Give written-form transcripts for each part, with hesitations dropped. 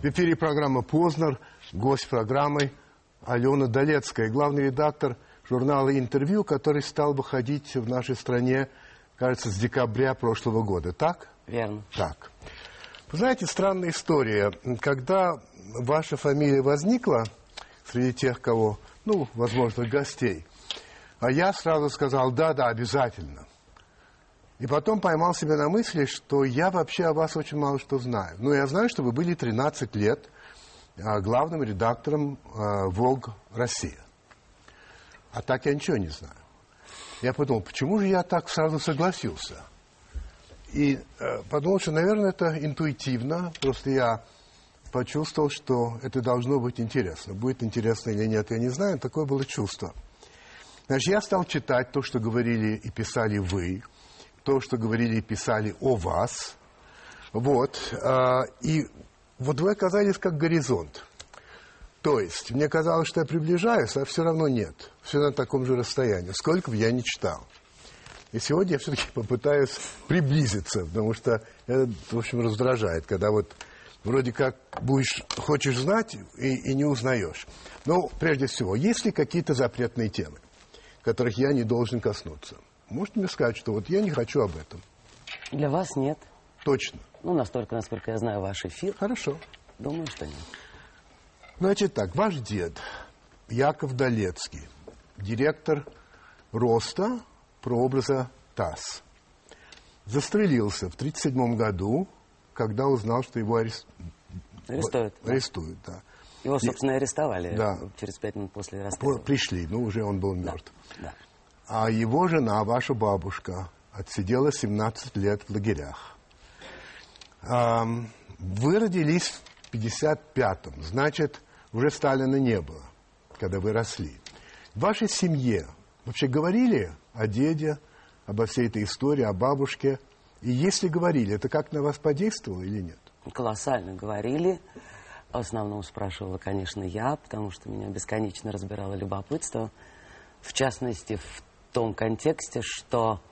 В эфире программа «Познер». Гость программы Алена Долецкая, главный редактор журнала «Интервью», который стал выходить в нашей стране, кажется, с декабря прошлого года. Так? Верно. Так. Вы знаете, странная история. Когда ваша фамилия возникла среди тех, кого, возможно, гостей, а я сразу сказал: да, обязательно. И потом поймал себя на мысли, что я вообще о вас очень мало что знаю. Но я знаю, что вы были 13 лет главным редактором «Волг Россия». А так я ничего не знаю. Я подумал, почему же я так сразу согласился? И подумал, что, наверное, это интуитивно. Просто я почувствовал, что это должно быть интересно. Будет интересно или нет, я не знаю. Такое было чувство. Значит, я стал читать то, что говорили и писали вы, то, что говорили и писали о вас. И вы оказались как горизонт. То есть, мне казалось, что я приближаюсь, а все равно нет. Все на таком же расстоянии. Сколько бы я ни читал. И сегодня я все-таки попытаюсь приблизиться, потому что это, в общем, раздражает, когда вроде как хочешь знать и не узнаешь. Но, прежде всего, есть ли какие-то запретные темы, которых я не должен коснуться? Можете мне сказать, что я не хочу об этом? Для вас нет. Точно. Настолько, насколько я знаю ваш эфир. Хорошо. Думаю, что нет. Значит так, ваш дед Яков Долецкий, директор «Роста», прообраза ТАСС, застрелился в 1937 году, когда узнал, что его арестуют. Да. Его, собственно, арестовали через 5 минут после расстрела. Пришли, уже он был мертв. Да. А его жена, ваша бабушка, отсидела 17 лет в лагерях. Вы родились в 1955-м, значит, уже Сталина не было, когда вы росли. В вашей семье вообще говорили о деде, обо всей этой истории, о бабушке? И если говорили, это как на вас подействовало или нет? Колоссально говорили. В основном спрашивала, конечно, я, потому что меня бесконечно разбирало любопытство. В частности, в том контексте, что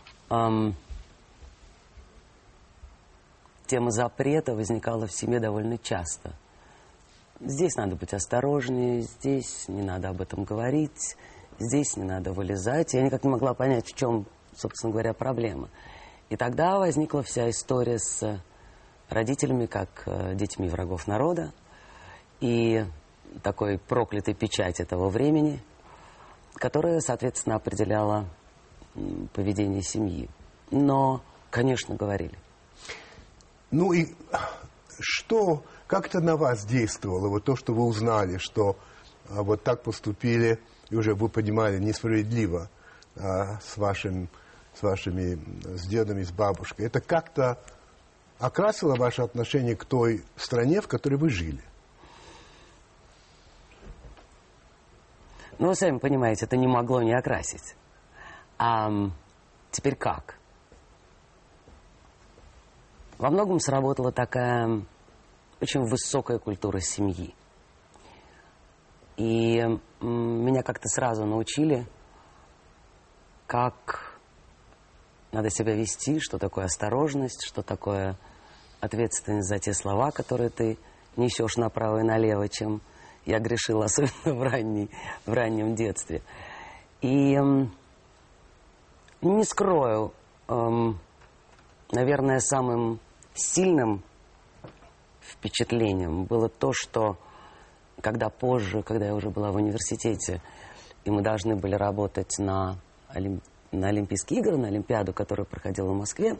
тема запрета возникала в семье довольно часто. Здесь надо быть осторожнее, здесь не надо об этом говорить, здесь не надо вылезать. Я никак не могла понять, в чем, собственно говоря, проблема. И тогда возникла вся история с родителями, как детьми врагов народа, и такой проклятой печать этого времени, которая, соответственно, определяла поведение семьи. Но, конечно, говорили. И как это на вас действовало? То, что вы узнали, что так поступили, и уже вы понимали, несправедливо с дедом и с бабушкой. Это как-то окрасило ваше отношение к той стране, в которой вы жили? Вы сами понимаете, это не могло не окрасить. А теперь как? Во многом сработала такая очень высокая культура семьи. И меня как-то сразу научили, как надо себя вести, что такое осторожность, что такое ответственность за те слова, которые ты несешь направо и налево, чем я грешила, особенно в раннем детстве. И не скрою, наверное, самым сильным впечатлением было то, что когда позже, когда я уже была в университете, и мы должны были работать на Олимпийские игры, на Олимпиаду, которая проходила в Москве,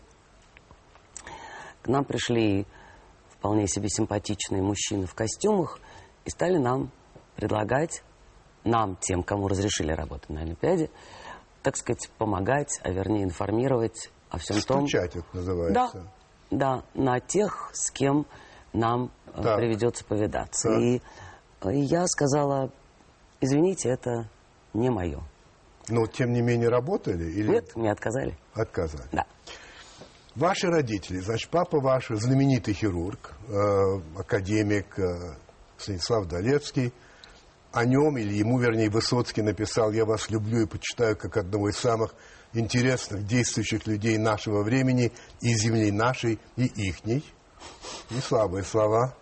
к нам пришли вполне себе симпатичные мужчины в костюмах и стали нам предлагать, тем, кому разрешили работать на Олимпиаде, так сказать, помогать, а вернее информировать о всем том... Стучать это называется. Да, на тех, с кем нам приведется повидаться. Да. И я сказала, извините, это не мое. Но, тем не менее, работали? Или... Нет, мне отказали. Отказали? Да. Ваши родители, значит, папа ваш знаменитый хирург, академик Станислав Долецкий. О нем, или ему, вернее, Высоцкий написал: «Я вас люблю и почитаю как одного из самых интересных действующих людей нашего времени, и земли нашей, и ихней». Не слабые слова.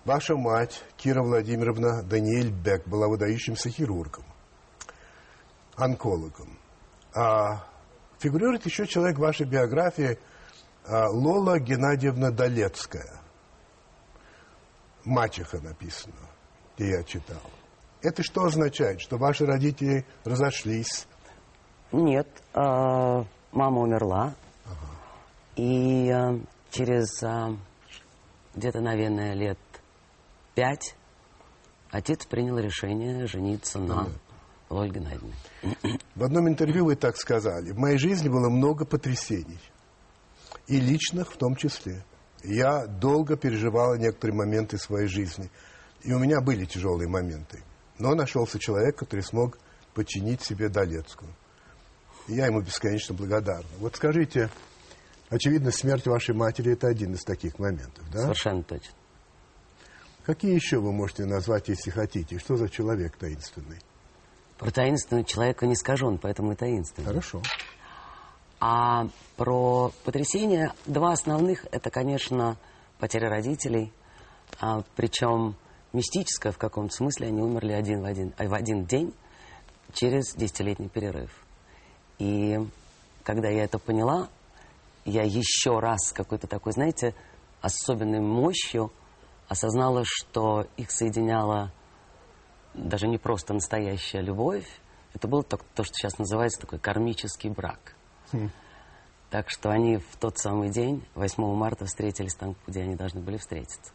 Ваша мать, Кира Владимировна Даниэль Бек, была выдающимся хирургом, онкологом. Фигурирует еще человек в вашей биографии, Лола Геннадьевна Долецкая. «Мачеха» написано, где я читал. Это что означает? Что ваши родители разошлись? Нет, мама умерла. И через где-то, наверное, лет 5 отец принял решение жениться на Лоле Геннадьевне. В одном интервью вы так сказали: в моей жизни было много потрясений. И личных в том числе. Я долго переживала некоторые моменты своей жизни. И у меня были тяжелые моменты. Но нашелся человек, который смог подчинить себе Долецкую. И я ему бесконечно благодарна. Вот скажите, очевидно, смерть вашей матери – это один из таких моментов, да? Совершенно точно. Какие еще вы можете назвать, если хотите? Что за человек таинственный? Про таинственного человека не скажу, он поэтому и таинственный. Хорошо. А про потрясения два основных – это, конечно, потеря родителей. Причем мистическая в каком-то смысле. Они умерли в один день через 10-летний перерыв. И когда я это поняла, я еще раз с какой-то такой, знаете, особенной мощью осознала, что их соединяла даже не просто настоящая любовь. Это было то, что сейчас называется такой кармический брак. Так что они в тот самый день, 8 марта, встретились там, где они должны были встретиться.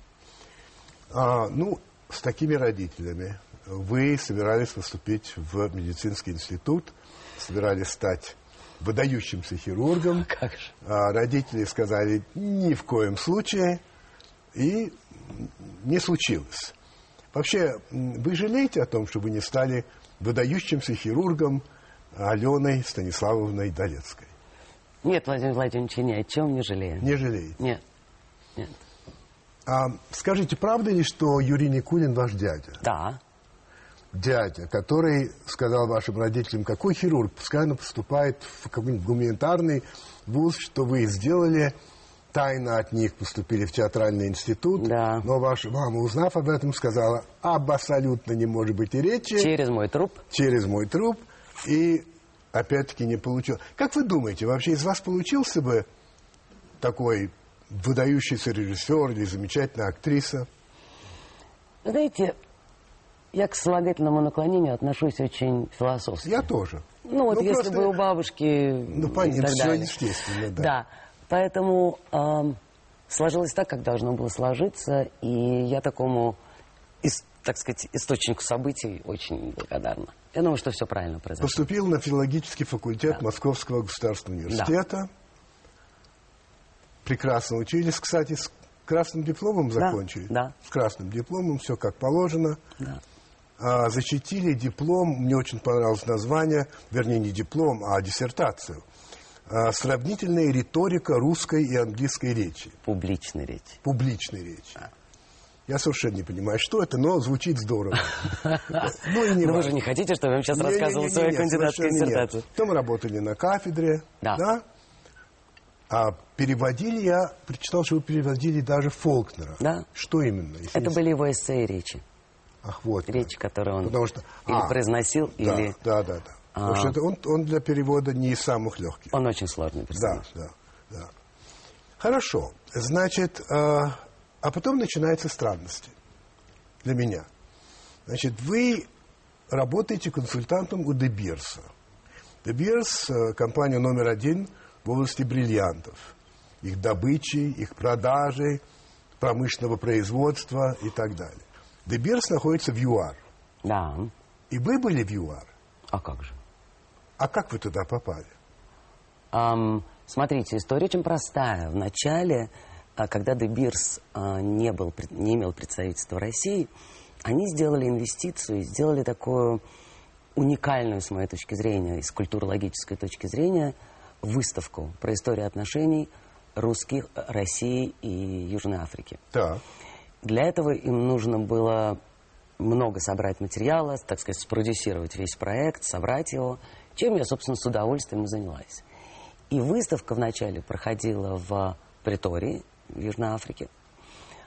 С такими родителями вы собирались поступить в медицинский институт, собирались стать выдающимся хирургом. Как же? Родители сказали: ни в коем случае, и не случилось. Вообще, вы жалеете о том, что вы не стали выдающимся хирургом Аленой Станиславовной Долецкой? Нет, Владимир Владимирович, ни о чем не жалею. Не жалеете? Нет. Нет. Скажите, правда ли, что Юрий Никулин ваш дядя? Да. Дядя, который сказал вашим родителям: какой хирург, пускай он поступает в какой-нибудь гуманитарный вуз, что вы сделали, тайно от них поступили в театральный институт, да. Но ваша мама, узнав об этом, сказала: абсолютно не может быть и речи. Через мой труп. Через мой труп. И опять-таки не получил. Как вы думаете, вообще из вас получился бы такой выдающийся режиссер или замечательная актриса? Знаете, я к слагательному наклонению отношусь очень философски. Я тоже. Если просто... бы у бабушки... понятно, все далее. естественно, да. Да, поэтому сложилось так, как должно было сложиться, и я такому, так сказать, источнику событий очень благодарна. Я думаю, что все правильно произошло. Поступил на филологический факультет Московского государственного университета. Да. Прекрасно учились, кстати, с красным дипломом закончили. Да. С красным дипломом, все как положено. Да. Защитили диплом, мне очень понравилось название, вернее, не диплом, а диссертацию. Сравнительная риторика русской и английской речи. Публичной речи. Публичной речи. Да. Я совершенно не понимаю, что это, но звучит здорово. Но вы же не хотите, чтобы я вам сейчас рассказывал свою кандидатскую диссертацию? Потом работали на кафедре. Да. А переводили, я прочитал, что вы переводили даже Фолкнера. Да. Что именно? Это были его эссе и речи. Ах, вот. Речи, которые он или произносил, или... Да. Потому что он для перевода не из самых легких. Он очень сложный персонаж. Да. Хорошо. Значит, а потом начинаются странности для меня. Значит, вы работаете консультантом у Де Бирса. Де Бирс – компания номер 1 в области бриллиантов. Их добычи, их продажи, промышленного производства и так далее. Де Бирс находится в ЮАР. Да. И вы были в ЮАР? А как же? А как вы туда попали? Смотрите, история очень простая. Вначале, когда Де Бирс не имел представительства в России, они сделали инвестицию, сделали такую уникальную, с моей точки зрения, с культурологической точки зрения, выставку про историю отношений русских, России и Южной Африки. Да. Для этого им нужно было много собрать материала, так сказать, спродюсировать весь проект, собрать его, чем я, собственно, с удовольствием и занялась. И выставка вначале проходила в Претории, в Южной Африке.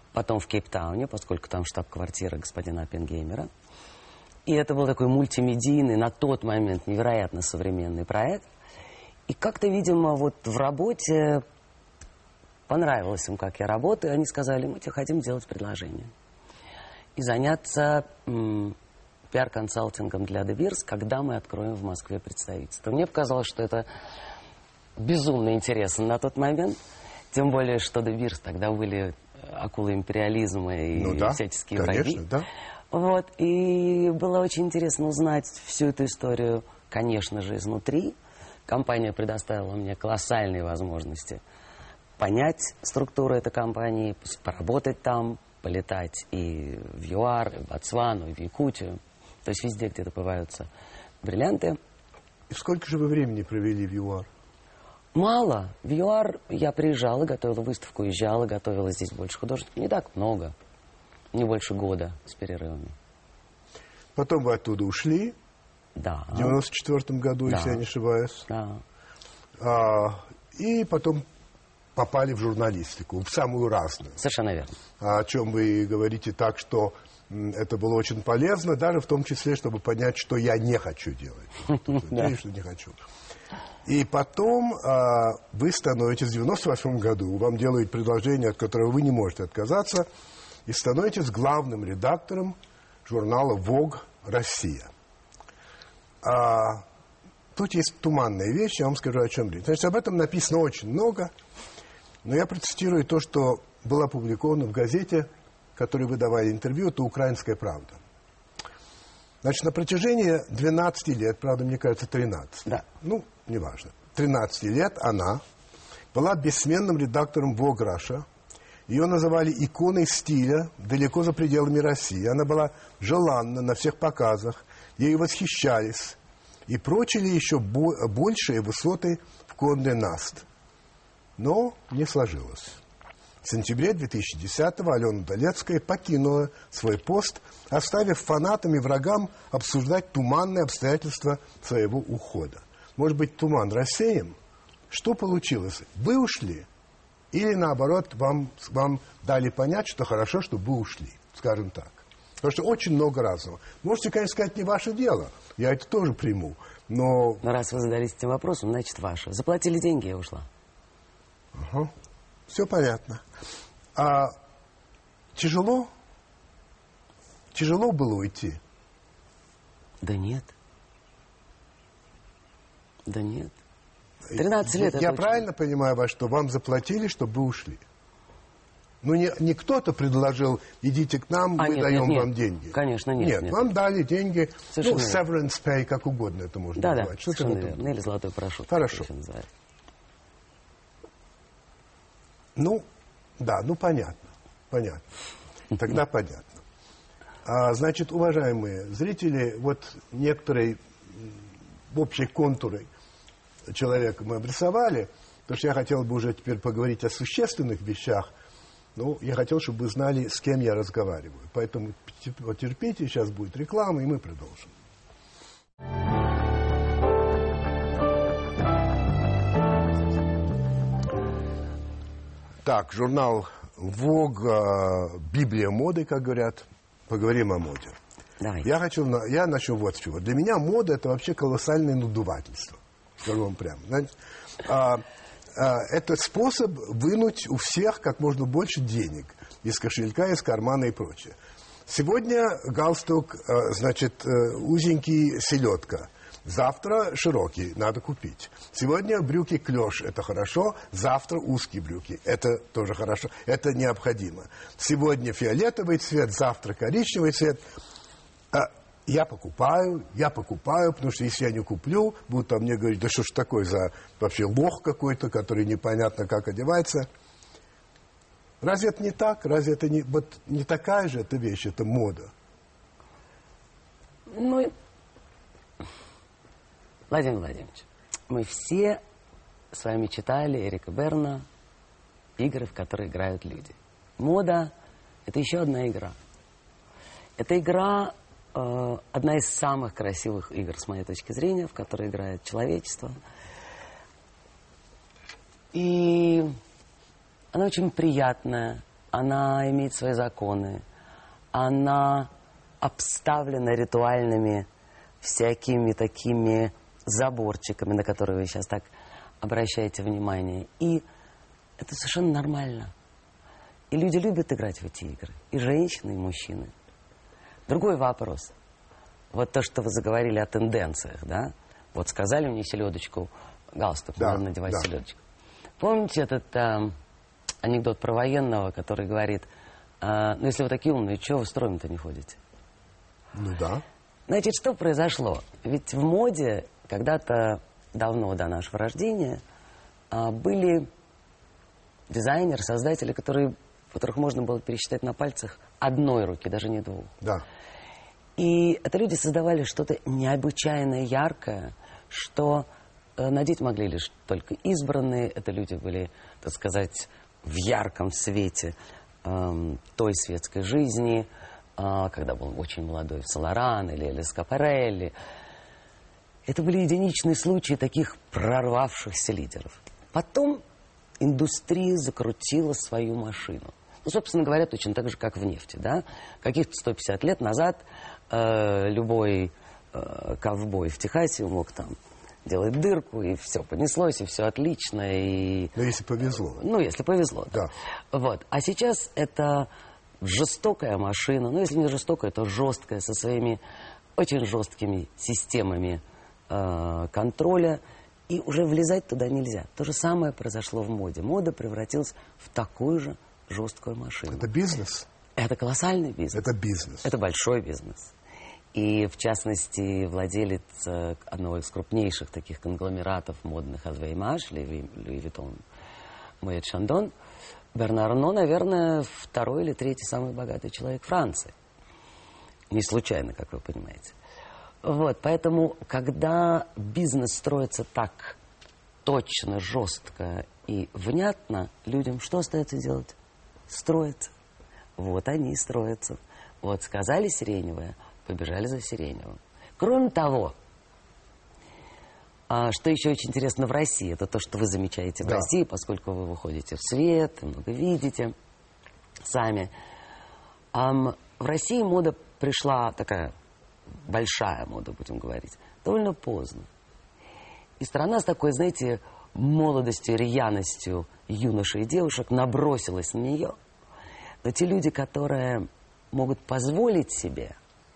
потом в Кейптауне, поскольку там штаб-квартира господина Оппенгеймера. И это был такой мультимедийный, на тот момент невероятно современный проект. И как-то, видимо, вот в работе понравилось им, как я работаю. Они сказали, мы тебе хотим делать предложение. И заняться пиар-консалтингом для De Beers, когда мы откроем в Москве представительство. Мне показалось, что это безумно интересно на тот момент. Тем более, что De Beers тогда были акулы империализма и всяческие враги. Да. Вот. И было очень интересно узнать всю эту историю, конечно же, изнутри. Компания предоставила мне колоссальные возможности понять структуру этой компании, поработать там, полетать и в ЮАР, и в Ботсвану, и в Якутию. То есть везде, где добываются бриллианты. И сколько же вы времени провели в ЮАР? Мало. В ЮАР я приезжала, готовила выставку, уезжала, готовила здесь больше художников. Не так много. Не больше года с перерывами. Потом вы оттуда ушли. Да. В 94-м году, да. если я не ошибаюсь. Да. И потом попали в журналистику, в самую разную. Совершенно верно. О чем вы говорите так, что это было очень полезно, даже в том числе, чтобы понять, что я не хочу делать. Что не хочу. И потом вы становитесь в 98 году, вам делают предложение, от которого вы не можете отказаться, и становитесь главным редактором журнала Vogue Россия. Тут есть туманная вещь, я вам скажу, о чем речь. Значит, об этом написано очень много, но я процитирую то, что было опубликовано в газете, которой вы давали интервью, это «Украинская правда». Значит, на протяжении 12 лет, правда, мне кажется, 13, да. Ну, неважно, 13 лет она была бессменным редактором Vogue Russia. Ее называли иконой стиля далеко за пределами России. Она была желанна на всех показах, ею восхищались и прочили еще большие высоты в Конде Наст. Но не сложилось. В сентябре 2010-го Алена Долецкая покинула свой пост, оставив фанатам и врагам обсуждать туманные обстоятельства своего ухода. Может быть, туман рассеем? Что получилось? Вы ушли? Или, наоборот, вам дали понять, что хорошо, что вы ушли, скажем так. Потому что очень много разного. Можете, конечно, сказать, не ваше дело. Я это тоже приму. Но раз вы задались этим вопросом, значит, ваше. Заплатили деньги, я ушла. Ага. Все понятно. Тяжело? Тяжело было уйти? Да нет. Да нет. 13 лет. Я правильно понимаю вас, что вам заплатили, чтобы вы ушли? Ну, не кто-то предложил, идите к нам, мы даем вам деньги. Конечно, нет. Нет, вам дали деньги, severance pay, как угодно это можно назвать. Да, совершенно верно. Или золотой парашют. Хорошо. Ну, да, понятно. Тогда понятно. Значит, уважаемые зрители, вот некоторые общие контуры человека мы обрисовали, потому что я хотел бы уже теперь поговорить о существенных вещах. Ну, я хотел, чтобы вы знали, с кем я разговариваю. Поэтому потерпите, сейчас будет реклама, и мы продолжим. Так, журнал Vogue, Библия моды, как говорят. Поговорим о моде. Давай. Я начну вот с чего. Для меня мода – это вообще колоссальное надувательство. Скажу вам прямо. Знаете, это способ вынуть у всех как можно больше денег из кошелька, из кармана и прочее. Сегодня галстук, значит, узенький, селедка. Завтра широкий, надо купить. Сегодня брюки клеш, это хорошо. Завтра узкие брюки, это тоже хорошо. Это необходимо. Сегодня фиолетовый цвет, завтра коричневый цвет. Я покупаю, потому что если я не куплю, будут мне говорить, да что ж такое за вообще лох какой-то, который непонятно как одевается. Разве это не так? Разве это не такая же эта вещь, это мода? Ну, Владимир Владимирович, мы все с вами читали Эрика Берна «Игры, в которые играют люди». Мода – это еще одна игра. Эта игра одна из самых красивых игр, с моей точки зрения, в которой играет человечество. И она очень приятная, она имеет свои законы, она обставлена ритуальными всякими такими заборчиками, на которые вы сейчас так обращаете внимание. И это совершенно нормально. И люди любят играть в эти игры. И женщины, и мужчины. Другой вопрос. Вот то, что вы заговорили о тенденциях, да? Вот сказали мне селедочку, галстук, да, надо надевать да. селедочку. Помните этот анекдот про военного, который говорит, ну если вы такие умные, чего вы строем-то не ходите? Ну да. Значит, что произошло? Ведь в моде когда-то давно до нашего рождения были дизайнеры, создатели, которых можно было пересчитать на пальцах одной руки, даже не двух. Да. И это люди создавали что-то необычайно яркое, что надеть могли лишь только избранные. Это люди были, так сказать, в ярком свете той светской жизни, когда был очень молодой Сан-Лоран или Скапарелли. Это были единичные случаи таких прорвавшихся лидеров. Потом индустрия закрутила свою машину. Ну, собственно говоря, точно так же, как в нефти, да? Каких-то 150 лет назад любой ковбой в Техасе мог там делать дырку, и все понеслось, и все отлично. И... Ну, если повезло. Ну, если повезло, да. Вот. А сейчас это жестокая машина, ну, если не жестокая, то жесткая, со своими очень жесткими системами контроля, и уже влезать туда нельзя. То же самое произошло в моде. Мода превратилась в такую же жесткую машину. Это бизнес? Это колоссальный бизнес. Это бизнес. Это большой бизнес. И, в частности, владелец одного из крупнейших таких конгломератов модных Азвеймаш, Луи Виттон, Moet Chandon, Бернар Арно, наверное, второй или третий самый богатый человек Франции. Не случайно, как вы понимаете. Вот, поэтому, когда бизнес строится так точно, жестко и внятно, людям что остается делать? Строиться. Вот они и строятся. Вот сказали сиреневое, побежали за сиреневым. Кроме того, что еще очень интересно в России, это то, что вы замечаете в России, поскольку вы выходите в свет, много видите сами. В России мода пришла такая, большая мода, будем говорить, довольно поздно. И страна с такой, знаете, молодостью, рьяностью юношей и девушек набросилась на нее. Но те люди, которые могут позволить себе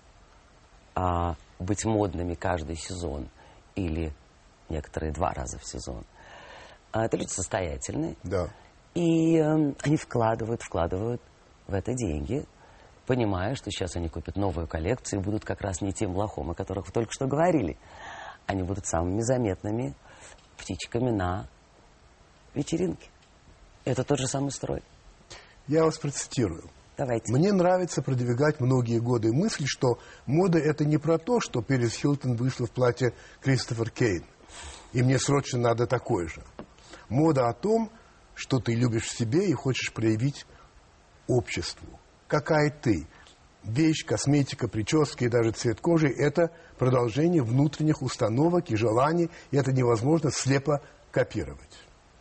быть модными каждый сезон или некоторые 2 раза в сезон, это люди состоятельные. Да. И они вкладывают в это деньги, понимая, что сейчас они купят новую коллекцию и будут как раз не тем лохом, о которых вы только что говорили. Они будут самыми заметными птичками на вечеринке. Это тот же самый строй. Я вас процитирую. Давайте. Мне нравится продвигать многие годы мысль, что мода — это не про то, что Пэрис Хилтон вышла в платье Кристофер Кейн, и мне срочно надо такое же. Мода о том, что ты любишь в себе и хочешь проявить обществу. Какая ты. Вещь, косметика, прически и даже цвет кожи — это продолжение внутренних установок и желаний, и это невозможно слепо копировать.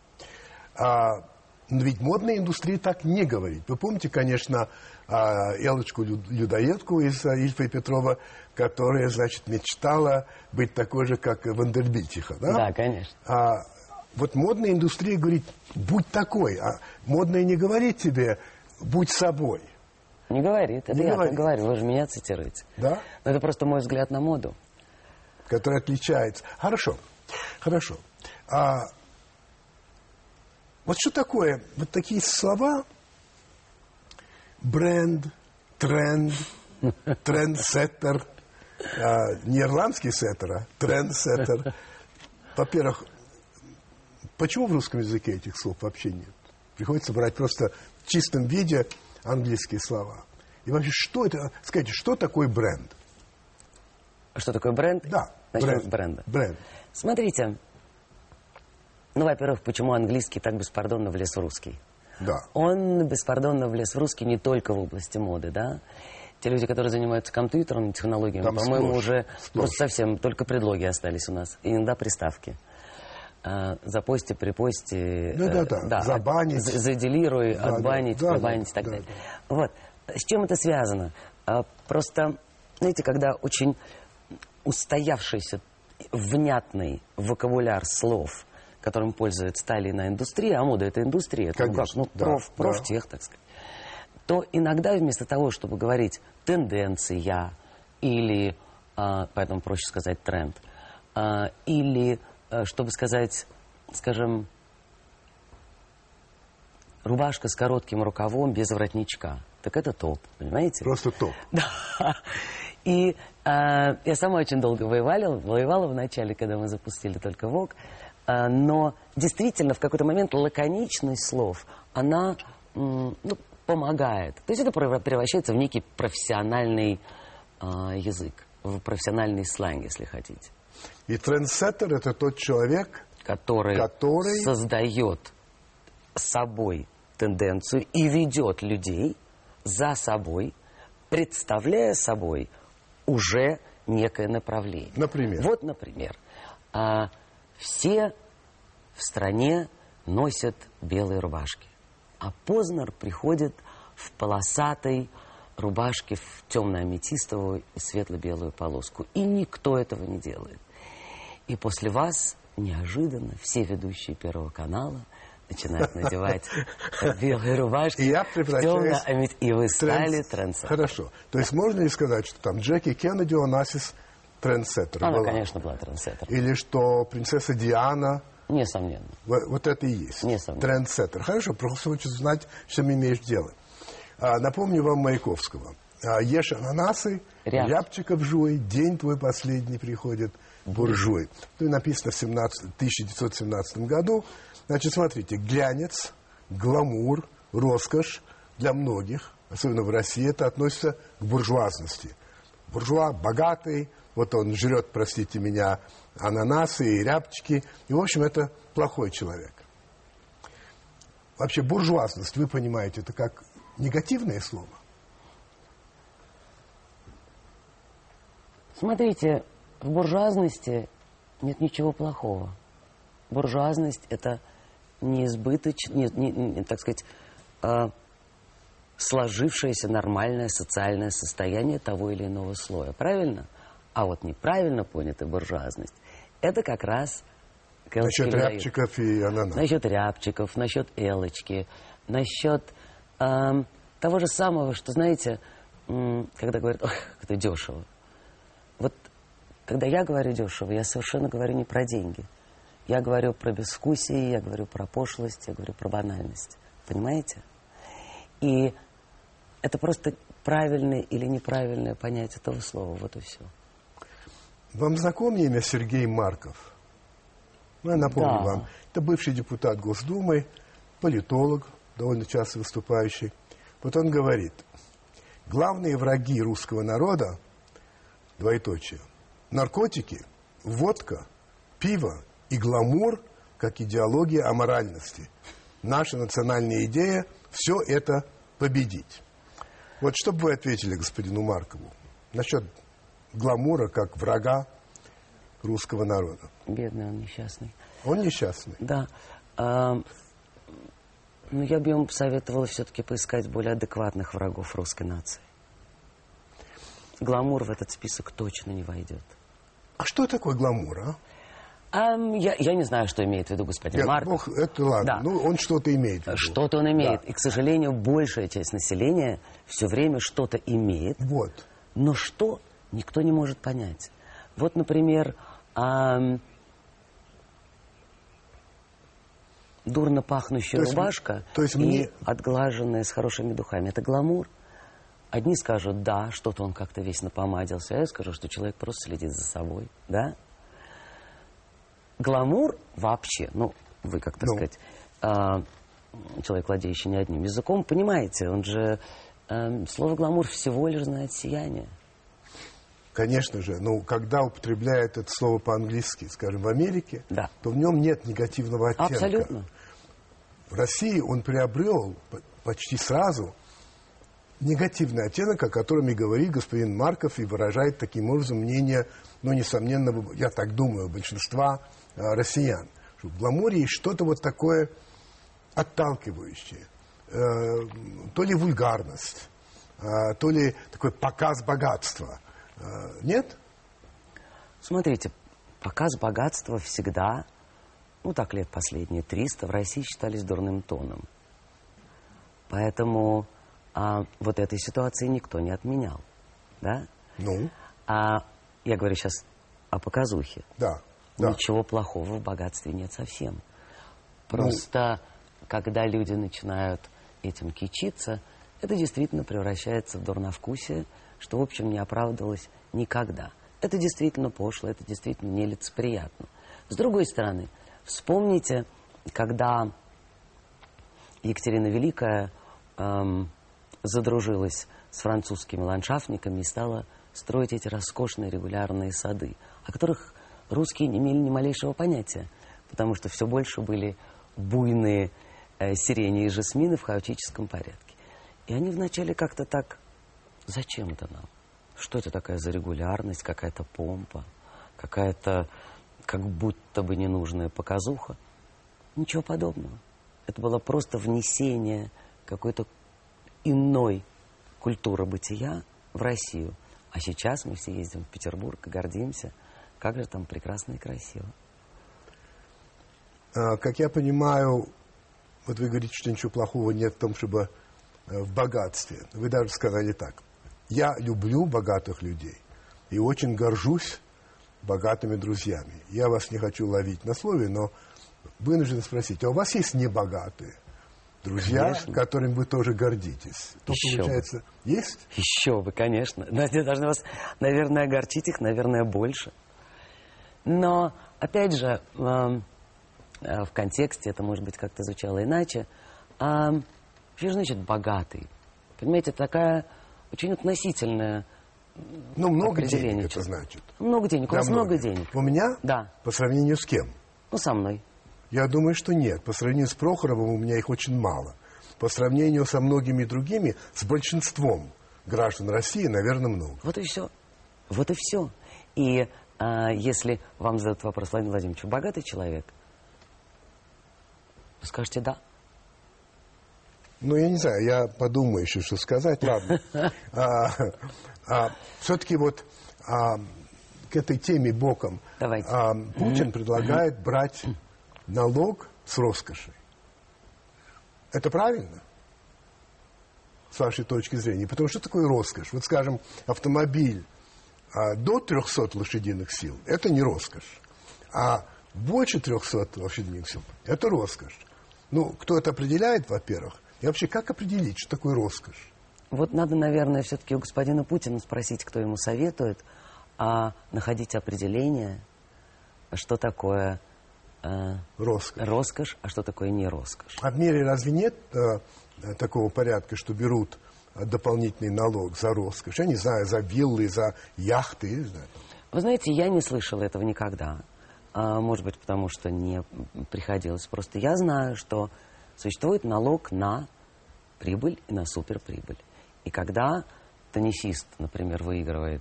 Но ведь модная индустрия так не говорит. Вы помните, конечно, Эллочку-людоедку из Ильфа и Петрова, которая, значит, мечтала быть такой же, как Вандербильтиха, да? Да, конечно. Вот модная индустрия говорит, будь такой, а модная не говорит тебе, будь собой. Не говорит, это не я говорит. так говорю, вы же меня цитируете. Да? Но это просто мой взгляд на моду. Который отличается. Хорошо, хорошо. Вот что такое, вот такие слова, бренд, тренд, трендсеттер, не ирландский сеттер, а трендсеттер. Во-первых, почему в русском языке этих слов вообще нет? Приходится брать просто в чистом виде английские слова. И вообще, что это, скажите, что такое бренд? Что такое бренд? Да, начнем с бренда. Бренд. Смотрите, ну, во-первых, почему английский так беспардонно влез в русский? Да. Он беспардонно влез в русский не только в области моды, да? Те люди, которые занимаются компьютером, технологиями, там по-моему, уже сплошь. просто совсем только предлоги остались у нас, иногда приставки. запости, припости, забанить, заделируй, отбанить, пробанить и так далее. Да. Вот. С чем это связано? Просто, знаете, когда очень устоявшийся, внятный вокабуляр слов, которым пользуется та или иная индустрия, а мода — это индустрия, это профтех, так сказать, то иногда вместо того, чтобы говорить «тенденция» или, поэтому проще сказать «тренд», или, чтобы сказать, скажем, рубашка с коротким рукавом без воротничка, так это топ, понимаете? Просто топ. Да. И я сама очень долго воевала в начале, когда мы запустили только Vogue, но действительно в какой-то момент лаконичность слов, она помогает. То есть это превращается в некий профессиональный язык, в профессиональный сленг, если хотите. И трендсеттер — это тот человек, который создает собой тенденцию и ведет людей за собой, представляя собой уже некое направление. Например? Вот, например, все в стране носят белые рубашки, а Познер приходит в полосатой рубашке, в темно-аметистовую и светло-белую полоску. И никто этого не делает. И после вас неожиданно все ведущие Первого канала начинают надевать белые рубашки. И я превращаюсь и вы стали трендсеттером. Хорошо. То есть можно ли сказать, что там Джеки Кеннеди Онасис трендсеттер Она, была? конечно, была трендсеттером. Или что принцесса Диана... Несомненно. Вот это и есть. Несомненно. Трендсеттер. Хорошо, просто хочу знать, с чем имеешь дело. Напомню вам Маяковского. Ешь ананасы, рябчиков жуй, день твой последний приходит, буржуй. Ну и написано в 1917 году. Значит, смотрите, глянец, гламур, роскошь для многих, особенно в России, это относится к буржуазности. Буржуа богатый, вот он жрет, простите меня, ананасы и рябчики, и, в общем, это плохой человек. Вообще, буржуазность, вы понимаете, это как негативное слово? Смотрите, в буржуазности нет ничего плохого. Буржуазность — это так сказать, сложившееся нормальное социальное состояние того или иного слоя. Правильно? А вот неправильно понятая буржуазность — это как раз... Насчет рябчиков и ананасов. Насчет рябчиков, насчет элочки, насчет того же самого, что, знаете, когда говорят, ох, как это дешево. Вот когда я говорю дешево, я совершенно говорю не про деньги. Я говорю про безвкусие, я говорю про пошлость, я говорю про банальность. Понимаете? И это просто правильное или неправильное понятие этого слова. Вот и все. Вам знакомо имя Сергей Марков? Ну, я напомню вам. Это бывший депутат Госдумы, политолог, довольно часто выступающий. Вот он говорит, главные враги русского народа, двоеточие, наркотики, водка, пиво и гламур, как идеология аморальности. Наша национальная идея – все это победить. Вот что бы вы ответили господину Маркову насчет гламура как врага русского народа? Бедный он, несчастный. Он несчастный? Да. Но я бы ему посоветовала все-таки поискать более адекватных врагов русской нации. Гламур в этот список точно не войдет. А что такое гламур, а? Я не знаю, что имеет в виду господин Марков. Это ладно. Да. Ну, он что-то имеет в виду. Что-то он имеет. Да. И, к сожалению, большая часть населения все время что-то имеет. Вот. Но что, никто не может понять. Вот, например, дурно пахнущая рубашка и отглаженная с хорошими духами. Это гламур. Одни скажут, да, что-то он как-то весь напомадился, а я скажу, что человек просто следит за собой, да? Гламур вообще, вы, как так сказать, человек, владеющий не одним языком, понимаете, он же, слово гламур всего лишь знает сияние. Конечно же, но когда употребляет это слово по-английски, скажем, в Америке, да, то в нем нет негативного оттенка. Абсолютно. В России он приобрел почти сразу негативный оттенок, о котором и говорит господин Марков, и выражает таким образом мнение, несомненно, я так думаю, большинства россиян, что в гламуре есть что-то вот такое отталкивающее. То ли вульгарность, то ли такой показ богатства. Нет? Смотрите, показ богатства всегда, ну так лет последние 300, в России считались дурным тоном. Поэтому вот этой ситуации никто не отменял. Да? Ну? Я говорю сейчас о показухе. Да. Ничего плохого в богатстве нет совсем. Просто, когда люди начинают этим кичиться, это действительно превращается в дурновкусие, что, в общем, не оправдывалось никогда. Это действительно пошло, это действительно нелицеприятно. С другой стороны, вспомните, когда Екатерина Великая задружилась с французскими ландшафтниками и стала строить эти роскошные регулярные сады, о которых русские не имели ни малейшего понятия, потому что все больше были буйные сирени и жасмины в хаотическом порядке. И они вначале как-то так: зачем это нам? Что это такая за регулярность, какая-то помпа, какая-то как будто бы ненужная показуха? Ничего подобного. Это было просто внесение какой-то иной культуры бытия в Россию. А сейчас мы все ездим в Петербург и гордимся, как же там прекрасно и красиво. Как я понимаю, вот вы говорите, что ничего плохого нет в том, чтобы в богатстве. Вы даже сказали так: я люблю богатых людей и очень горжусь богатыми друзьями. Я вас не хочу ловить на слове, но вынужден спросить: а у вас есть небогатые друзья, конечно, которыми вы тоже гордитесь? То, получается, бы. Есть? Еще бы, конечно. Но я должна вас, наверное, огорчить их, наверное, больше. Но, опять же, в контексте это, может быть, как-то звучало иначе. Что значит богатый? Понимаете, такая очень относительная Ну, много денег это значит. Много денег. У вас много денег. У меня? Да. По сравнению с кем? Ну, со мной. Я думаю, что нет. По сравнению с Прохоровым у меня их очень мало. По сравнению со многими другими, с большинством граждан России, наверное, много. Вот и все. Вот и все. И если вам задают вопрос: Владимир Владимирович, вы богатый человек? Вы скажете «да». Ну, я не знаю, я подумаю еще, что сказать. Ладно. Все-таки вот к этой теме боком. Давайте. Путин предлагает брать налог с роскоши. Это правильно? С вашей точки зрения. Потому что такое роскошь? Вот, скажем, автомобиль до 300 лошадиных сил – это не роскошь. А больше 300 лошадиных сил – это роскошь. Ну, кто это определяет, во-первых? И вообще, как определить, что такое роскошь? Вот надо, наверное, все-таки у господина Путина спросить, кто ему советует, находить определение, что такое роскошь, а что такое не роскошь. А в мире разве нет такого порядка, что берут дополнительный налог за роскошь? Я не знаю, за виллы, за яхты, я не знаю. Вы знаете, я не слышала этого никогда. Может быть, потому что не приходилось. Просто я знаю, что существует налог на прибыль и на суперприбыль. И когда теннисист, например, выигрывает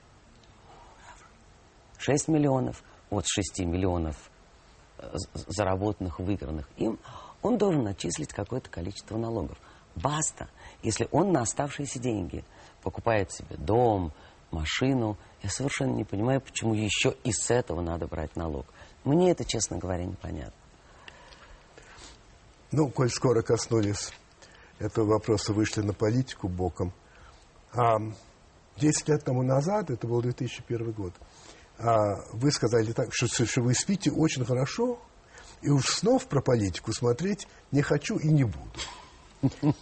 6 миллионов, от 6 миллионов заработанных, выигранных им, он должен отчислить какое-то количество налогов. Баста. Если он на оставшиеся деньги покупает себе дом, машину, я совершенно не понимаю, почему еще и с этого надо брать налог. Мне это, честно говоря, непонятно. Ну, коль скоро коснулись этого вопроса, вышли на политику боком. 10 лет тому назад, это был 2001 год, вы сказали так, что вы спите очень хорошо, и уж снов про политику смотреть не хочу и не буду.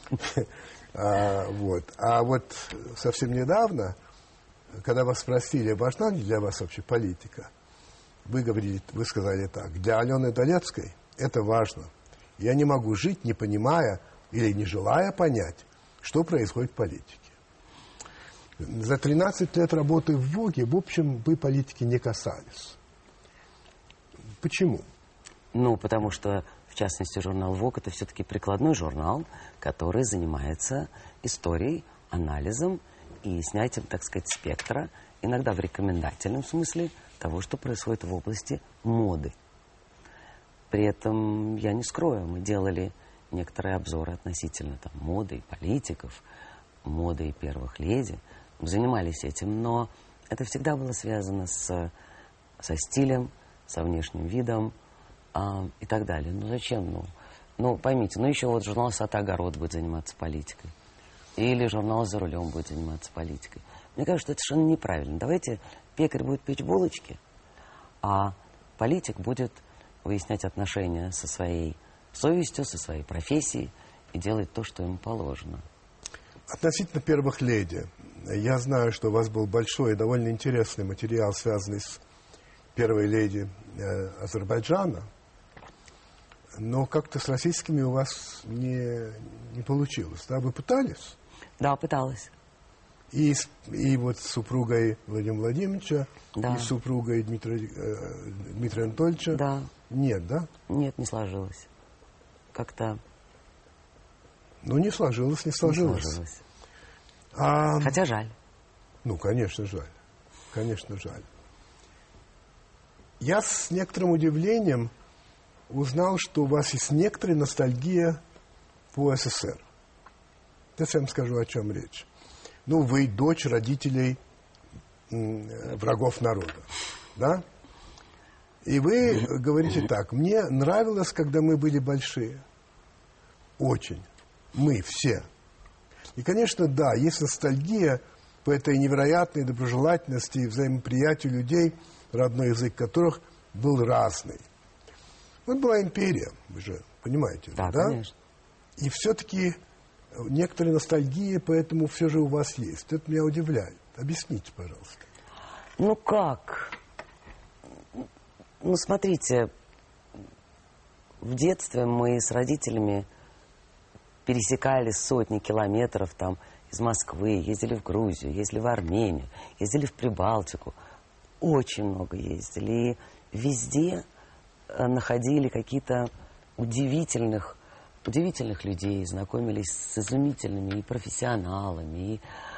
А вот совсем недавно, когда вас спросили, важна ли для вас вообще политика, вы сказали так: для Алены Долецкой это важно. Я не могу жить, не понимая или не желая понять, что происходит в политике. За 13 лет работы в ВОГе, в общем, вы политики не касались. Почему? Ну, потому что, в частности, журнал ВОГ — это все-таки прикладной журнал, который занимается историей, анализом и снятием, так сказать, спектра, иногда в рекомендательном смысле, того, что происходит в области моды. При этом, я не скрою, мы делали некоторые обзоры относительно там, моды и политиков, моды и первых леди. Мы занимались этим, но это всегда было связано со стилем, со внешним видом и так далее. Ну зачем? Ну поймите, еще вот журнал «Сад и огород» будет заниматься политикой. Или журнал «За рулем» будет заниматься политикой. Мне кажется, что это совершенно неправильно. Давайте пекарь будет печь булочки, а политик будет выяснять отношения со своей совестью, со своей профессией и делать то, что ему положено. Относительно первых леди. Я знаю, что у вас был большой и довольно интересный материал, связанный с первой леди Азербайджана. Но как-то с российскими у вас не получилось. Да? Вы пытались? Да, пыталась. И вот с супругой Владимира Владимировича, да. И с супругой Дмитрия Анатольевича. Да. Нет, да? Нет, не сложилось. Как-то... Ну, не сложилось. Не сложилось. Хотя жаль. Ну, конечно, жаль. Конечно, жаль. Я с некоторым удивлением узнал, что у вас есть некоторая ностальгия по СССР. Сейчас я вам скажу, о чем речь. Ну, вы дочь родителей врагов народа, да? И вы говорите так: мне нравилось, когда мы были большие. Очень. Мы все. И, конечно, да, есть ностальгия по этой невероятной доброжелательности и взаимоприятию людей, родной язык которых был разный. Вот была империя, вы же понимаете, да? Конечно. И все-таки некоторые ностальгии, поэтому все же у вас есть. Это меня удивляет. Объясните, пожалуйста. Ну как? Ну, смотрите, в детстве мы с родителями пересекали сотни километров там из Москвы, ездили в Грузию, ездили в Армению, ездили в Прибалтику. Очень много ездили. И везде находили какие-то удивительных людей, знакомились с изумительными и профессионалами, и,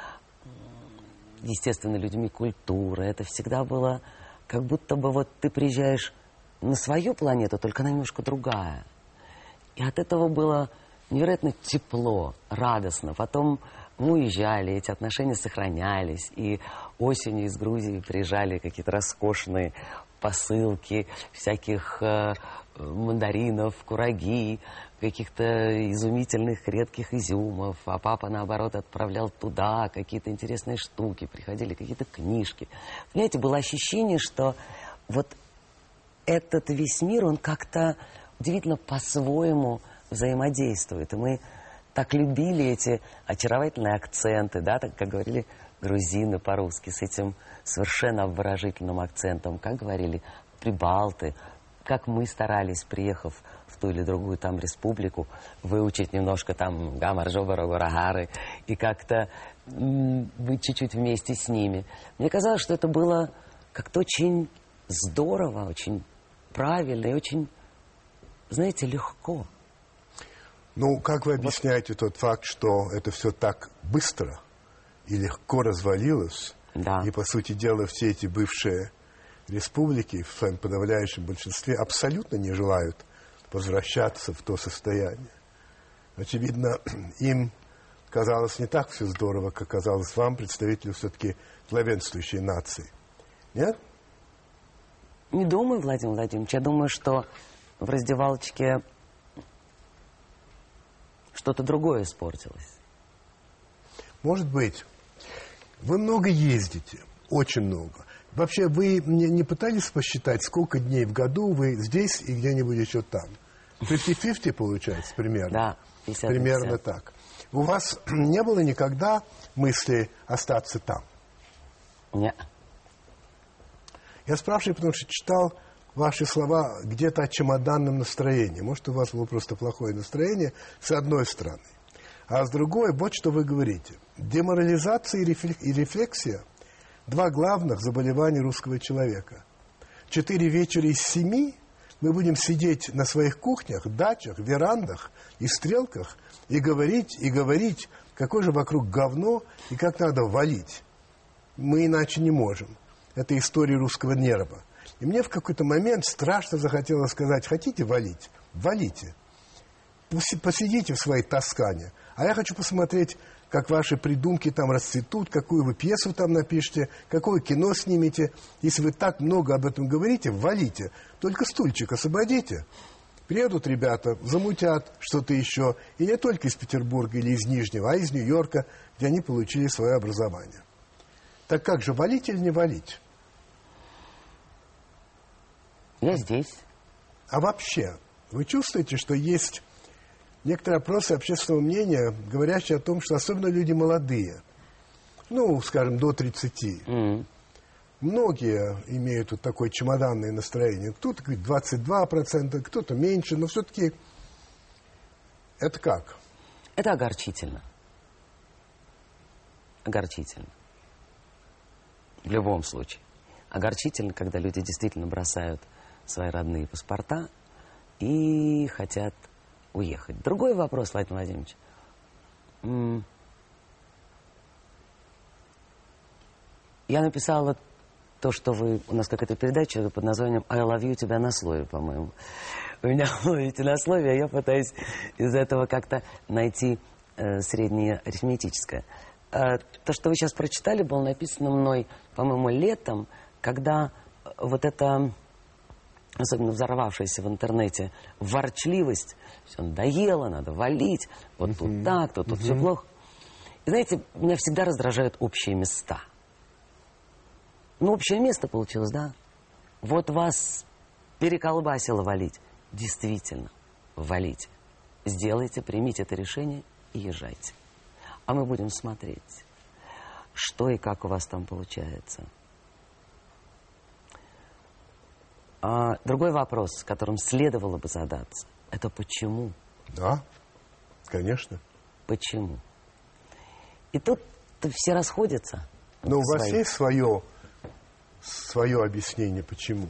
естественно, людьми культуры. Это всегда было как будто бы вот ты приезжаешь на свою планету, только она немножко другая. И от этого было невероятно тепло, радостно. Потом мы уезжали, эти отношения сохранялись. И осенью из Грузии приезжали какие-то роскошные посылки всяких мандаринов, кураги, каких-то изумительных редких изюмов. А папа, наоборот, отправлял туда какие-то интересные штуки. Приходили какие-то книжки. Понимаете, было ощущение, что вот этот весь мир, он как-то удивительно по-своему взаимодействует. И мы так любили эти очаровательные акценты, да, так как говорили грузины по-русски, с этим совершенно обворожительным акцентом, как говорили прибалты, как мы старались, приехав в ту или другую там республику, выучить немножко там гамаржобарагорагары и как-то быть чуть-чуть вместе с ними. Мне казалось, что это было как-то очень здорово, очень правильно и очень, знаете, легко. Ну, как вы объясняете тот факт, что это все так быстро и легко развалилось, да. И, по сути дела, все эти бывшие республики в своем подавляющем большинстве абсолютно не желают возвращаться в то состояние. Очевидно, им казалось не так все здорово, как казалось вам, представителю все-таки главенствующей нации. Нет? Не думаю, Владимир Владимирович. Я думаю, что в раздевалочке что-то другое испортилось. Может быть. Вы много ездите, очень много. Вообще, вы не пытались посчитать, сколько дней в году вы здесь и где-нибудь еще там? 50-50 получается примерно? Да, 50 примерно 50. Так. У вас не было никогда мысли остаться там? Нет. Я спрашиваю, потому что читал ваши слова где-то о чемоданном настроении. Может, у вас было просто плохое настроение, с одной стороны. А с другой, вот что вы говорите. Деморализация и рефлексия – два главных заболевания русского человека. 4 вечера из 7 мы будем сидеть на своих кухнях, дачах, верандах и стрелках и говорить, какое же вокруг говно и как надо валить. Мы иначе не можем. Это история русского нерва. И мне в какой-то момент страшно захотелось сказать: хотите валить? Валите. Посидите в своей Тоскане. А я хочу посмотреть, как ваши придумки там расцветут, какую вы пьесу там напишете, какое кино снимете. Если вы так много об этом говорите, валите. Только стульчик освободите. Приедут ребята, замутят что-то еще. И не только из Петербурга или из Нижнего, а из Нью-Йорка, где они получили свое образование. Так как же, валить или не валить? Я здесь. А вообще, вы чувствуете, что есть некоторые опросы общественного мнения, говорящие о том, что особенно люди молодые, ну, скажем, до 30, многие имеют вот такое чемоданное настроение. Кто-то говорит 22%, кто-то меньше, но все-таки это как? Это огорчительно. Огорчительно. В любом случае. Огорчительно, когда люди действительно бросают свои родные паспорта и хотят уехать. Другой вопрос, Владимир Владимирович. Я написала то, что вы... У нас какая-то передача под названием «I love you» тебя на слове, по-моему. Вы меня ловите на слове, а я пытаюсь из этого как-то найти среднее арифметическое. То, что вы сейчас прочитали, было написано мной, по-моему, летом, когда вот эта, особенно взорвавшаяся в интернете, ворчливость, все надоело, надо валить, вот тут так, тут все плохо. И знаете, меня всегда раздражают общие места. Ну, общее место получилось, да? Вот вас переколбасило валить. Действительно, валите. Сделайте, примите это решение и езжайте. А мы будем смотреть, что и как у вас там получается. Другой вопрос, с которым следовало бы задаться, это почему? Да, конечно. Почему? И тут все расходятся. Но у вас есть свое объяснение, почему?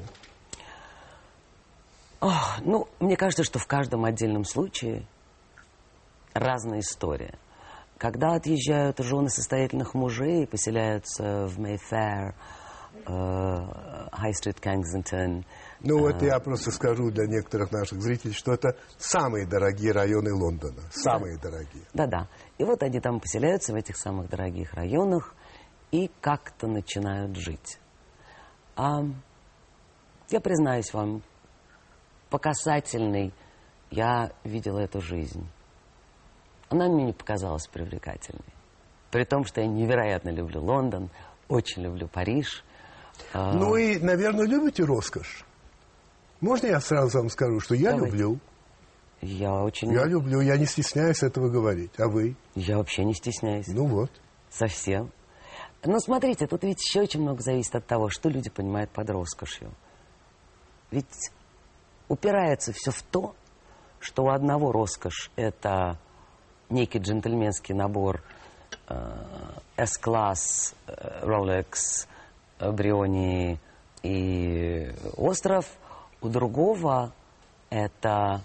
Ну, мне кажется, что в каждом отдельном случае разная история. Когда отъезжают жены состоятельных мужей и поселяются в Mayfair, High Street, Kensington. Ну, это я просто скажу для некоторых наших зрителей, что это самые дорогие районы Лондона. Самые дорогие. Да-да. И вот они там поселяются в этих самых дорогих районах и как-то начинают жить. Я признаюсь вам, по касательной я видела эту жизнь. Она мне не показалась привлекательной. При том, что я невероятно люблю Лондон, очень люблю Париж. Ну и, наверное, любите роскошь? Можно я сразу вам скажу, что я люблю? Я люблю, я не стесняюсь этого говорить. А вы? Я вообще не стесняюсь. Ну вот. Совсем. Но смотрите, тут ведь еще очень много зависит от того, что люди понимают под роскошью. Ведь упирается все в то, что у одного роскошь – это некий джентльменский набор S-класс, Rolex, Бриони и остров. У другого это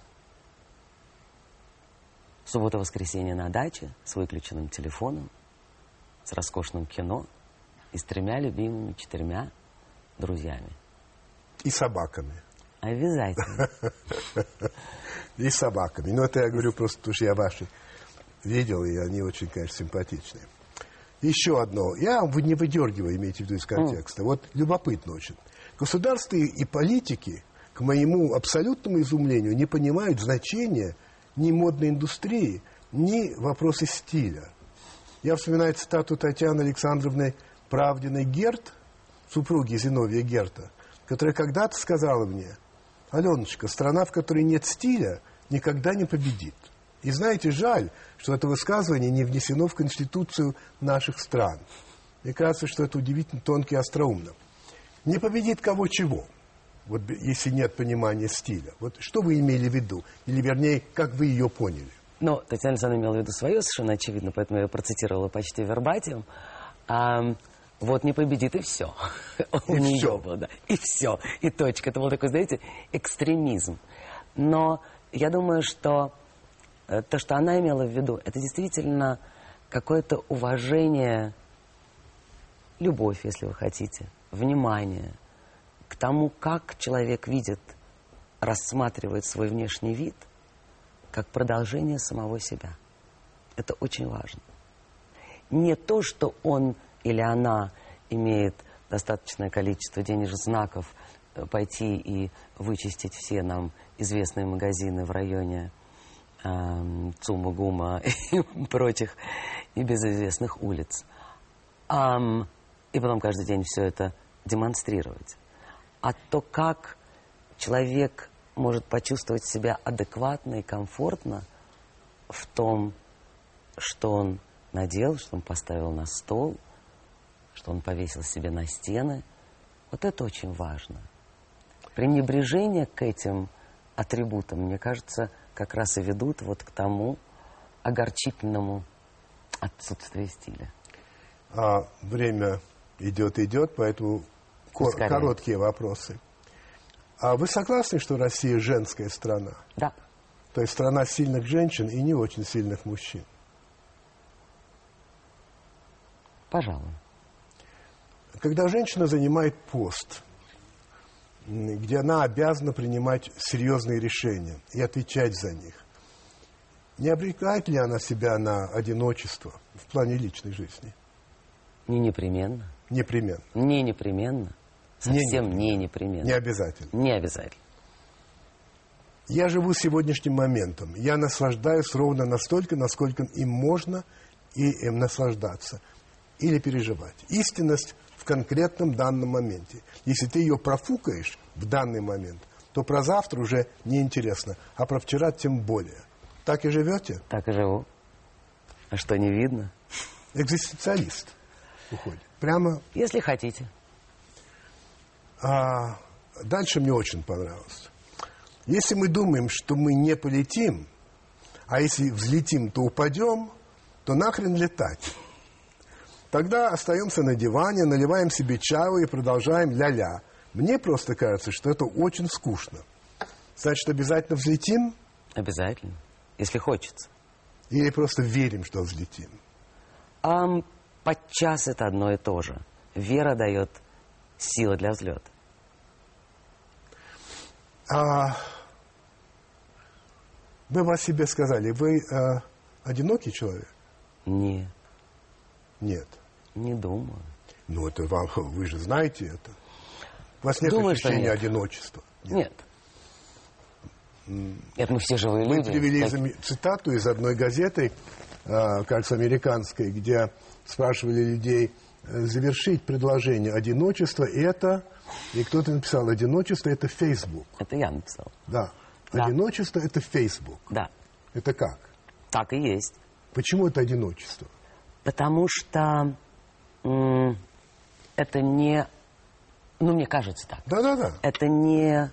суббота-воскресенье на даче с выключенным телефоном, с роскошным кино и с 3 любимыми, 4 друзьями. И собаками. Обязательно. И собаками. Ну, это я говорю просто, потому что я ваши видел, и они очень, конечно, симпатичные. Еще одно. Я не выдергиваю, имейте в виду, из контекста. Вот любопытно очень. Государства и политики, к моему абсолютному изумлению, не понимают значения ни модной индустрии, ни вопросы стиля. Я вспоминаю цитату Татьяны Александровны Правдиной-Герт, супруги Зиновия Герта, которая когда-то сказала мне: «Аленочка, страна, в которой нет стиля, никогда не победит». И знаете, жаль, что это высказывание не внесено в Конституцию наших стран. Мне кажется, что это удивительно тонко и остроумно. Не победит кого чего, вот если нет понимания стиля. Вот что вы имели в виду? Или, вернее, как вы ее поняли? Ну, Татьяна Александровна имела в виду свое, совершенно очевидно, поэтому я ее процитировала почти вербатием. Вот не победит, и все. У нее было, да. И все, и точка. Это был такой, знаете, экстремизм. Но я думаю, что то, что она имела в виду, это действительно какое-то уважение, любовь, если вы хотите, внимание к тому, как человек видит, рассматривает свой внешний вид, как продолжение самого себя. Это очень важно. Не то, что он или она имеет достаточное количество денежных знаков пойти и вычистить все нам известные магазины в районе ЦУМа, ГУМа и прочих небезызвестных улиц. И потом каждый день все это демонстрировать. А то, как человек может почувствовать себя адекватно и комфортно в том, что он надел, что он поставил на стол, что он повесил себе на стены, вот это очень важно. Пренебрежение к этим атрибутам, мне кажется, как раз и ведут вот к тому огорчительному отсутствию стиля. Время идет, поэтому короткие вопросы. А вы согласны, что Россия женская страна? Да. То есть страна сильных женщин и не очень сильных мужчин? Пожалуй. Когда женщина занимает пост, где она обязана принимать серьезные решения и отвечать за них, не обрекает ли она себя на одиночество в плане личной жизни? Не непременно. Непременно. Не непременно. Совсем не непременно. Не обязательно. Не обязательно. Я живу сегодняшним моментом. Я наслаждаюсь ровно настолько, насколько им можно и им наслаждаться. Или переживать. Истинность в конкретном данном моменте. Если ты ее профукаешь в данный момент, то про завтра уже неинтересно, а про вчера тем более. Так и живете? Так и живу. А что, не видно? Экзистенциалист уходит. Прямо... Если хотите. Дальше мне очень понравилось. Если мы думаем, что мы не полетим, а если взлетим, то упадем, то нахрен летать. Тогда остаемся на диване, наливаем себе чаю и продолжаем ля-ля. Мне просто кажется, что это очень скучно. Значит, обязательно взлетим? Обязательно. Если хочется. Или просто верим, что взлетим? Подчас это одно и то же. Вера дает силы для взлета. Вы о себе сказали, вы одинокий человек? Нет. Нет. Не думаю. Ну, это вам, вы же знаете это. У вас нет Думаю, ощущения одиночества? Нет. Это мы все живые Вы люди. привели цитату из одной газеты, кажется, американской, где спрашивали людей завершить предложение «Одиночество – это…» И кто-то написал «Одиночество – это Facebook». Это я написал. Да. Да. Одиночество – это Facebook. Да. Это как? Так и есть. Почему это одиночество? Потому что это не... Ну, мне кажется так. Да-да-да. Это не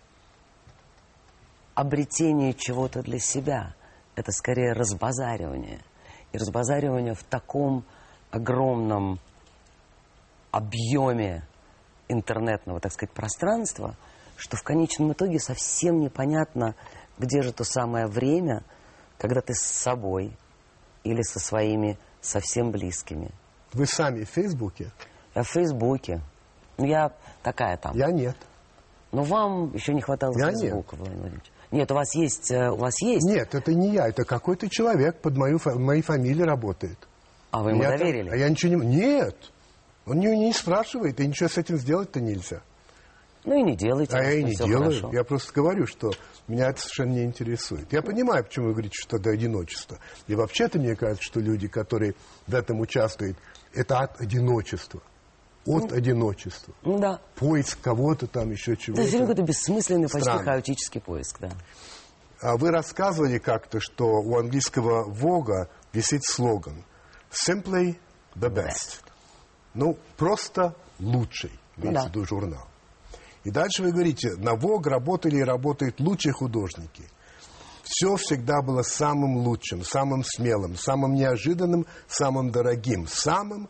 обретение чего-то для себя. Это скорее разбазаривание. И разбазаривание в таком огромном объеме интернетного, так сказать, пространства, что в конечном итоге совсем непонятно, где же то самое время, когда ты с собой или со своими совсем близкими. Вы сами в Фейсбуке? Я в Фейсбуке. Ну, я такая там. Я нет. Но вам еще не хватало Фейсбука, Владимир Владимирович. Нет, у вас есть... Нет, это не я, это какой-то человек под моей фамилией работает. А вы ему доверили? Я ничего не... Нет. Он не спрашивает, и ничего с этим сделать-то нельзя. Ну и не делайте. А я и не делаю. Хорошо. Я просто говорю, что меня это совершенно не интересует. Я понимаю, почему вы говорите, что это одиночество. И вообще-то мне кажется, что люди, которые в этом участвуют, это от одиночества. От одиночества. Ну да. Поиск кого-то там, еще чего-то. Это какой-то бессмысленный, почти Странно. хаотический поиск, да. А вы рассказывали как-то, что у английского Vogue висит слоган «Simply the best». Ну, просто лучший, имеется в виду журнал. И дальше вы говорите, на Vogue работали и работают лучшие художники. Все всегда было самым лучшим, самым смелым, самым неожиданным, самым дорогим, самым.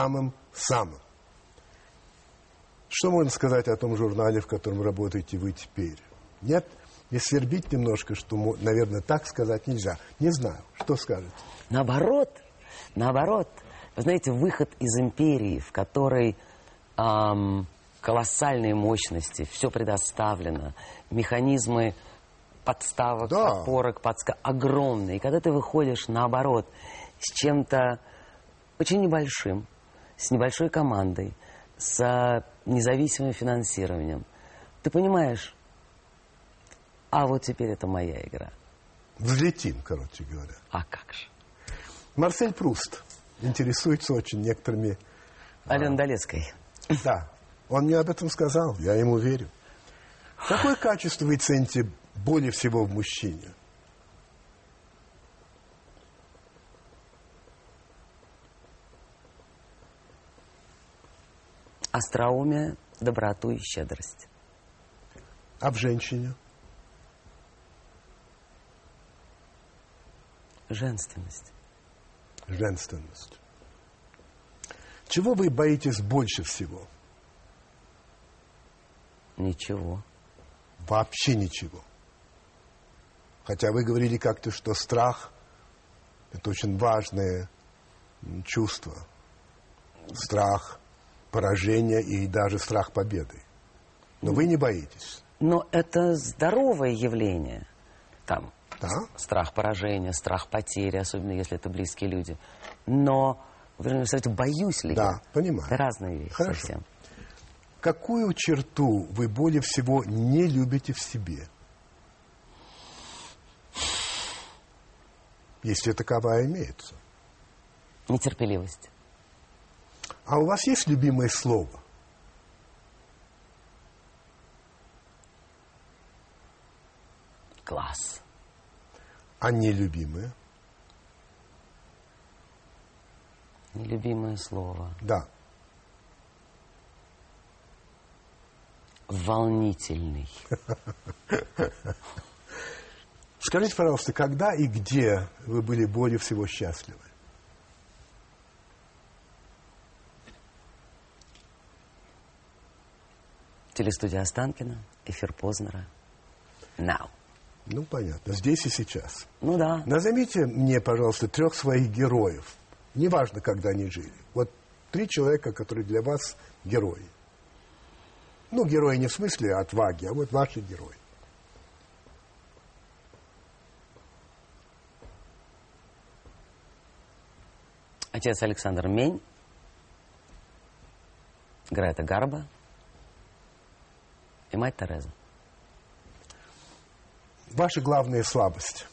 Что можно сказать о том журнале, в котором работаете вы теперь? Нет? Не свербить немножко, что, наверное, так сказать нельзя. Не знаю. Что скажете? Наоборот. Вы знаете, выход из империи, в которой колоссальные мощности, все предоставлено, механизмы подставок, опорок, огромные. И когда ты выходишь, наоборот, с чем-то очень небольшим, с небольшой командой, с независимым финансированием, ты понимаешь, а вот теперь это моя игра. Взлетим, короче говоря. А как же? Марсель Пруст интересуется очень некоторыми... Аленой Долецкой. Да, он мне об этом сказал, я ему верю. Какое качество вы цените более всего в мужчине? Остроумие, доброту и щедрость. А в женщине? Женственность. Женственность. Чего вы боитесь больше всего? Ничего. Вообще ничего. Хотя вы говорили как-то, что страх – это очень важное чувство. Страх поражения и даже страх победы. Но вы не боитесь. Но это здоровое явление. Там Да? страх поражения, страх потери, особенно если это близкие люди. Но, вы знаете, боюсь ли Да, я? понимаю. Это разные вещи. Хорошо. Совсем. Какую черту вы более всего не любите в себе? Если таковая имеется. Нетерпеливость. А у вас есть любимое слово? Класс. А нелюбимое? Нелюбимое слово. Да. Волнительный. Скажите, пожалуйста, когда и где вы были более всего счастливы? Телестудия Останкина, эфир Познера. Now. Ну, понятно. Здесь и сейчас. Ну да. Назовите мне, пожалуйста, 3 своих героев. Неважно, когда они жили. Вот 3 человека, которые для вас герои. Ну, герои не в смысле отваги, а вот ваши герои. Отец Александр Мень. Грета Гарбо. И мать Тереза. Ваша главная слабость.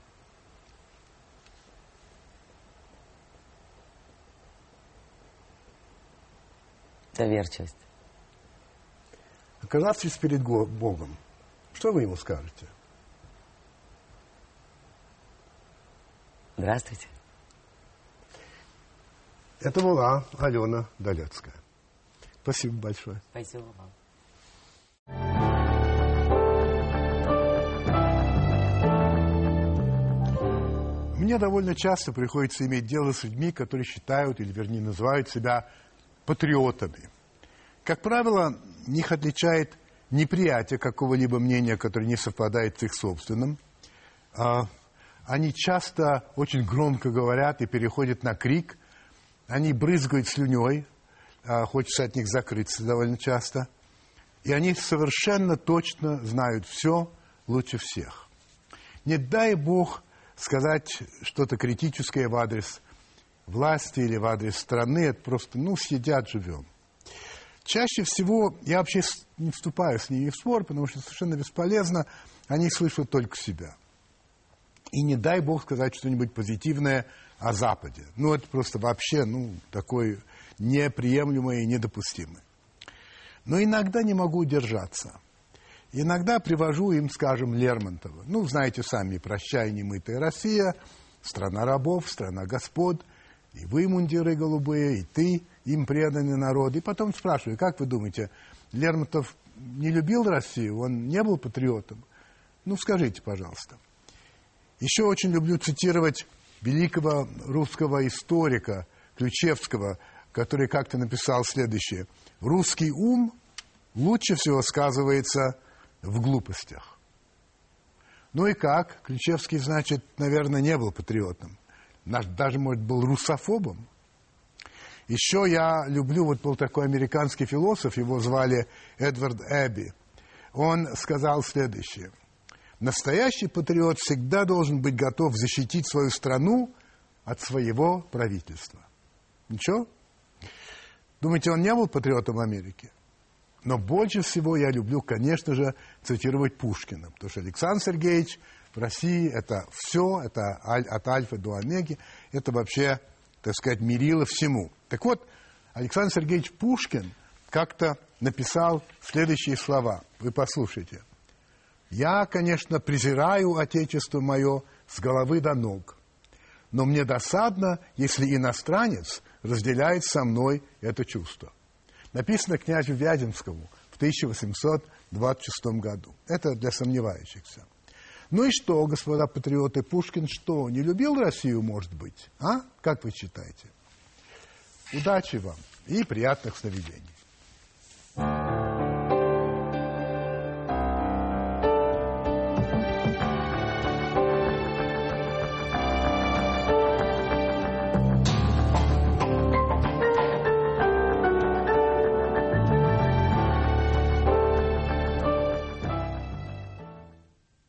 Доверчивость. Оказавшись перед Богом, что вы ему скажете? Здравствуйте. Это была Алена Долецкая. Спасибо большое. Спасибо вам. Мне довольно часто приходится иметь дело с людьми, которые считают, или вернее называют себя патриотами. Как правило, их отличает неприятие какого-либо мнения, которое не совпадает с их собственным. Они часто очень громко говорят и переходят на крик. Они брызгают слюней, хочется от них закрыться довольно часто. И они совершенно точно знают все лучше всех. Не дай Бог сказать что-то критическое в адрес власти или в адрес страны, это просто, сидят, живем. Чаще всего я вообще не вступаю с ними в спор, потому что совершенно бесполезно, они слышат только себя. И не дай Бог сказать что-нибудь позитивное о Западе. Это просто вообще, такое неприемлемое и недопустимое. Но иногда не могу удержаться. Иногда привожу им, скажем, Лермонтова. Знаете сами, «Прощай, немытая Россия», «Страна рабов», «Страна господ», и вы, мундиры голубые, и ты, им преданный народ. И потом спрашиваю, как вы думаете, Лермонтов не любил Россию, он не был патриотом? Скажите, пожалуйста. Еще очень люблю цитировать великого русского историка Ключевского, который как-то написал следующее. «Русский ум лучше всего сказывается в глупостях». И как? Ключевский, значит, наверное, не был патриотом. Даже, может, был русофобом. Еще я люблю, вот был такой американский философ, его звали Эдвард Эбби. Он сказал следующее. Настоящий патриот всегда должен быть готов защитить свою страну от своего правительства. Ничего? Думаете, он не был патриотом Америки? Но больше всего я люблю, конечно же, цитировать Пушкина. Потому что Александр Сергеевич в России это все, это от альфа до омеги, это вообще, так сказать, мерило всему. Так вот, Александр Сергеевич Пушкин как-то написал следующие слова. Вы послушайте. «Я, конечно, презираю Отечество мое с головы до ног, но мне досадно, если иностранец разделяет со мной это чувство». Написано князю Вяземскому в 1826 году. Это для сомневающихся. Ну и что, господа патриоты, Пушкин что, не любил Россию, может быть? А? Как вы считаете? Удачи вам и приятных сновидений.